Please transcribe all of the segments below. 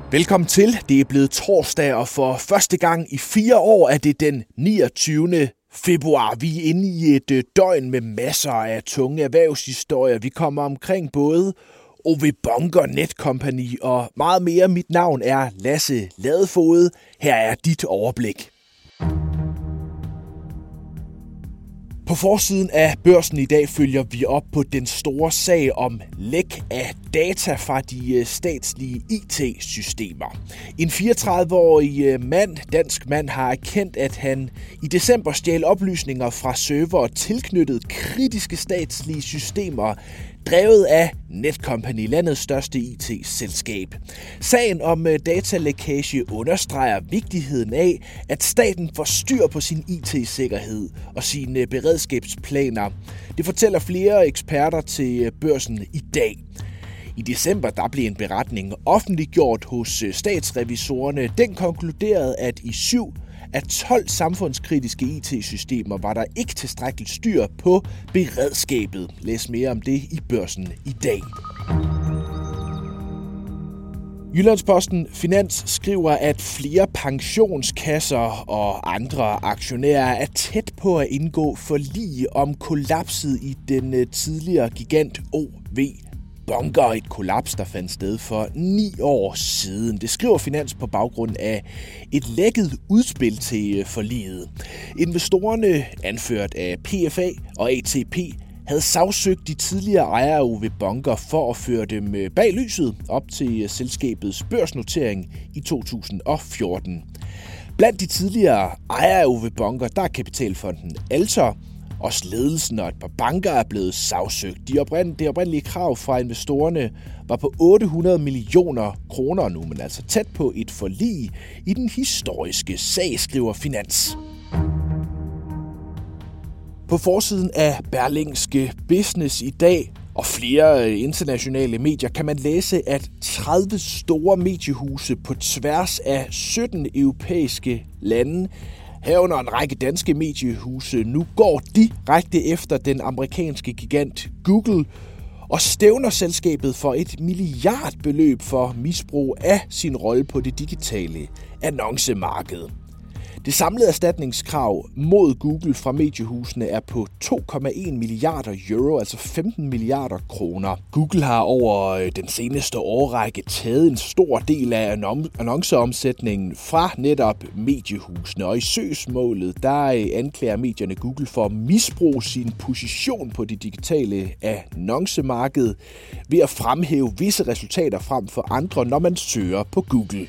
Velkommen til. Det er blevet torsdag, og for første gang i 4 år er det den 29. februar. Vi er inde i et døgn med masser af tunge erhvervshistorier. Vi kommer omkring både OV Bunker Netcompany og meget mere. Mit navn er Lasse Ladefoged. Her er dit overblik. På forsiden af Børsen i dag følger vi op på den store sag om læk af data fra de statslige IT-systemer. En 34-årig dansk mand, har erkendt, at han i december stjal oplysninger fra servere tilknyttet kritiske statslige systemer, drevet af Netcompany, landets største IT-selskab. Sagen om datalækage understreger vigtigheden af, at staten får styr på sin IT-sikkerhed og sine beredskabsplaner. Det fortæller flere eksperter til Børsen i dag. I december der blev en beretning offentliggjort hos statsrevisorerne. Den konkluderede, at i 7 af 12 samfundskritiske IT-systemer var der ikke tilstrækkeligt styr på beredskabet. Læs mere om det i Børsen i dag. Jyllandsposten Finans skriver, at flere pensionskasser og andre aktionærer er tæt på at indgå forlig om kollapset i den tidligere gigant OV Bunker, et kollaps, der fandt sted for 9 år siden. Det skriver Finans på baggrund af et lækket udspil til forliget. Investorerne, anført af PFA og ATP, havde sagsøgt de tidligere ejere af OV Bunker for at føre dem bag lyset op til selskabets børsnotering i 2014. Blandt de tidligere ejere af OV Bunker, der er kapitalfonden Altor. Også ledelsen og et par banker er blevet sagsøgt. Det oprindelige krav fra investorerne var på 800 millioner kroner nu, men altså tæt på et forlig i den historiske sag, skriver Finans. På forsiden af Berlingske Business i dag og flere internationale medier kan man læse, at 30 store mediehuse på tværs af 17 europæiske lande, herunder en række danske mediehuse, nu går direkte efter den amerikanske gigant Google og stævner selskabet for et milliardbeløb for misbrug af sin rolle på det digitale annoncemarked. Det samlede erstatningskrav mod Google fra mediehusene er på 2,1 milliarder euro, altså 15 milliarder kroner. Google har over den seneste årrække taget en stor del af annonceomsætningen fra netop mediehusene, og i søgsmålet der anklager medierne Google for at misbruge sin position på det digitale annoncemarked ved at fremhæve visse resultater frem for andre, når man søger på Google.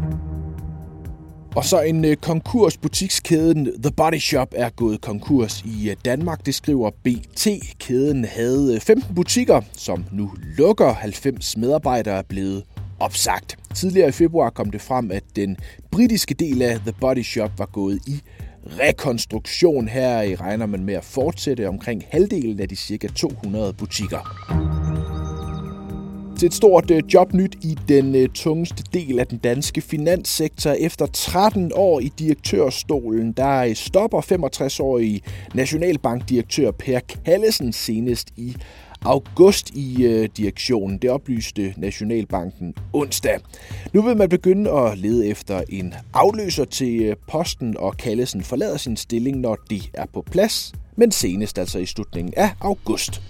Og så en konkurs. Butikskæden The Body Shop er gået konkurs i Danmark, det skriver BT. Kæden havde 15 butikker, som nu lukker. 90 medarbejdere er blevet opsagt. Tidligere i februar kom det frem, at den britiske del af The Body Shop var gået i rekonstruktion. Her regner man med at fortsætte omkring halvdelen af de ca. 200 butikker. Til et stort jobnyt i den tungeste del af den danske finanssektor. Efter 13 år i direktørstolen, der stopper 65-årige nationalbankdirektør Per Callesen senest i august i direktionen. Det oplyste Nationalbanken onsdag. Nu vil man begynde at lede efter en afløser til posten, og Callesen forlader sin stilling, når det er på plads, men senest altså i slutningen af august.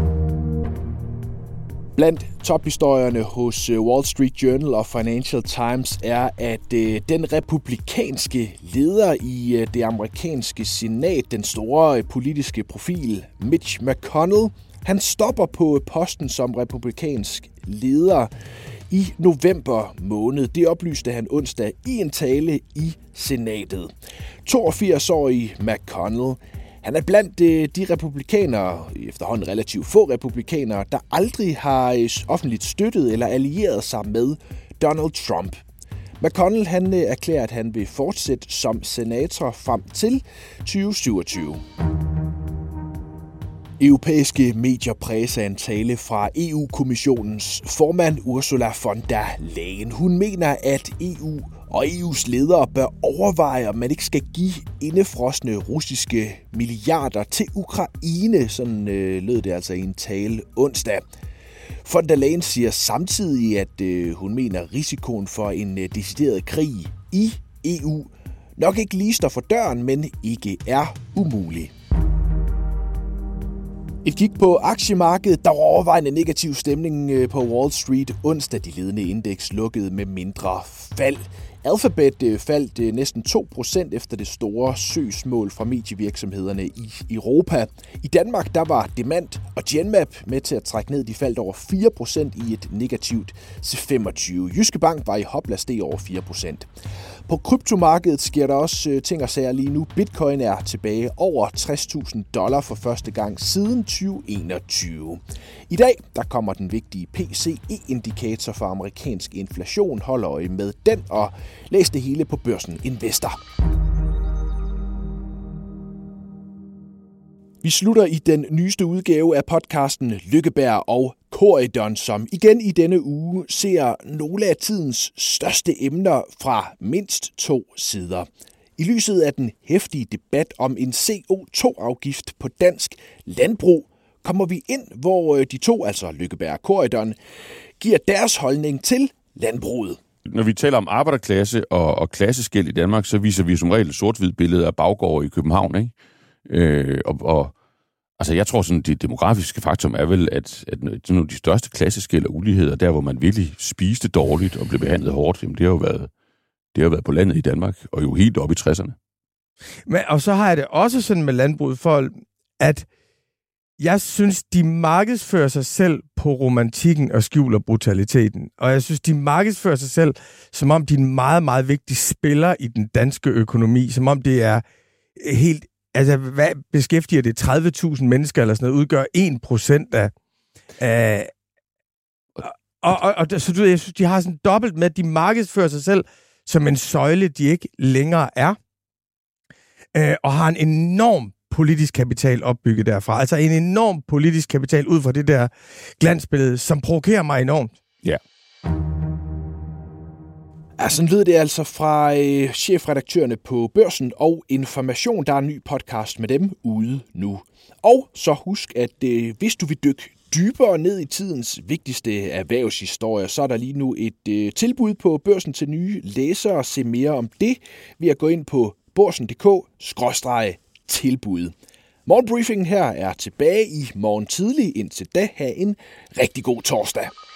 Blandt tophistorierne hos Wall Street Journal og Financial Times er, at den republikanske leder i det amerikanske senat, den store politiske profil Mitch McConnell, han stopper på posten som republikansk leder i november måned. Det oplyste han onsdag i en tale i senatet. 82-årige McConnell, han er blandt de republikanere, efterhånden relativt få republikanere, der aldrig har offentligt støttet eller allieret sig med Donald Trump. McConnell han erklærer, at han vil fortsætte som senator frem til 2027. Europæiske medier præges af en tale fra EU-kommissionens formand Ursula von der Leyen. Hun mener, at EU og EU's ledere bør overveje, om man ikke skal give indefrosne russiske milliarder til Ukraine. Sådan lød det altså i en tale onsdag. Von der Leyen siger samtidig, at hun mener risikoen for en decideret krig i EU nok ikke lige står for døren, men ikke er umulig. Et kig på aktiemarkedet, der var overvejende negativ stemning på Wall Street onsdag. De ledende indeks lukkede med mindre fald. Alphabet faldt næsten 2% efter det store søgsmål fra medievirksomhederne i Europa. I Danmark der var Demant og Genmap med til at trække ned. De faldt over 4% i et negativt C25. Jyske Bank var i hop, steg over 4%. På kryptomarkedet sker der også ting og sager lige nu. Bitcoin er tilbage over $60.000 for første gang siden 2021. I dag der kommer den vigtige PCE-indikator for amerikansk inflation. Hold øje med den og læs det hele på Børsen Investor. Vi slutter i den nyeste udgave af podcasten Lykkeberg og Corydon, som igen i denne uge ser nogle af tidens største emner fra mindst 2 sider. I lyset af den heftige debat om en CO2-afgift på dansk landbrug, kommer vi ind, hvor de to, altså Lykkeberg og Corydon, giver deres holdning til landbruget. Når vi taler om arbejderklasse og klasseskel i Danmark, så viser vi som regel sort-hvid billeder af baggård i København, ikke? Altså, jeg tror sådan, det demografiske faktum er vel, at nogle af de største klasseskel og uligheder, der hvor man virkelig spiste dårligt og blev behandlet hårdt, jamen, det har jo været på landet i Danmark, og jo helt op i 60'erne. Men, og så har jeg det også sådan med landbruget for, at jeg synes, de markedsfører sig selv på romantikken og skjuler brutaliteten. Og jeg synes, de markedsfører sig selv, som om de er en meget, meget vigtig spiller i den danske økonomi. Som om det er helt... Altså, hvad beskæftiger det? 30.000 mennesker eller sådan noget, udgør 1% af... Så du ved, jeg synes, de har sådan dobbelt med, at de markedsfører sig selv som en søjle, de ikke længere er. Og har en enorm politisk kapital opbygget derfra. Altså en enorm politisk kapital ud fra det der glansbillede, som provokerer mig enormt. Ja. Ja, sådan lød det altså fra chefredaktørerne på Børsen og Information. Der er en ny podcast med dem ude nu. Og så husk, at hvis du vil dykke dybere ned i tidens vigtigste erhvervshistorie, så er der lige nu et tilbud på Børsen til nye læsere. Se mere om det ved at gå ind på børsen.dk/tilbud. Morgenbriefingen her er tilbage i morgen tidlig. Indtil da, have en rigtig god torsdag.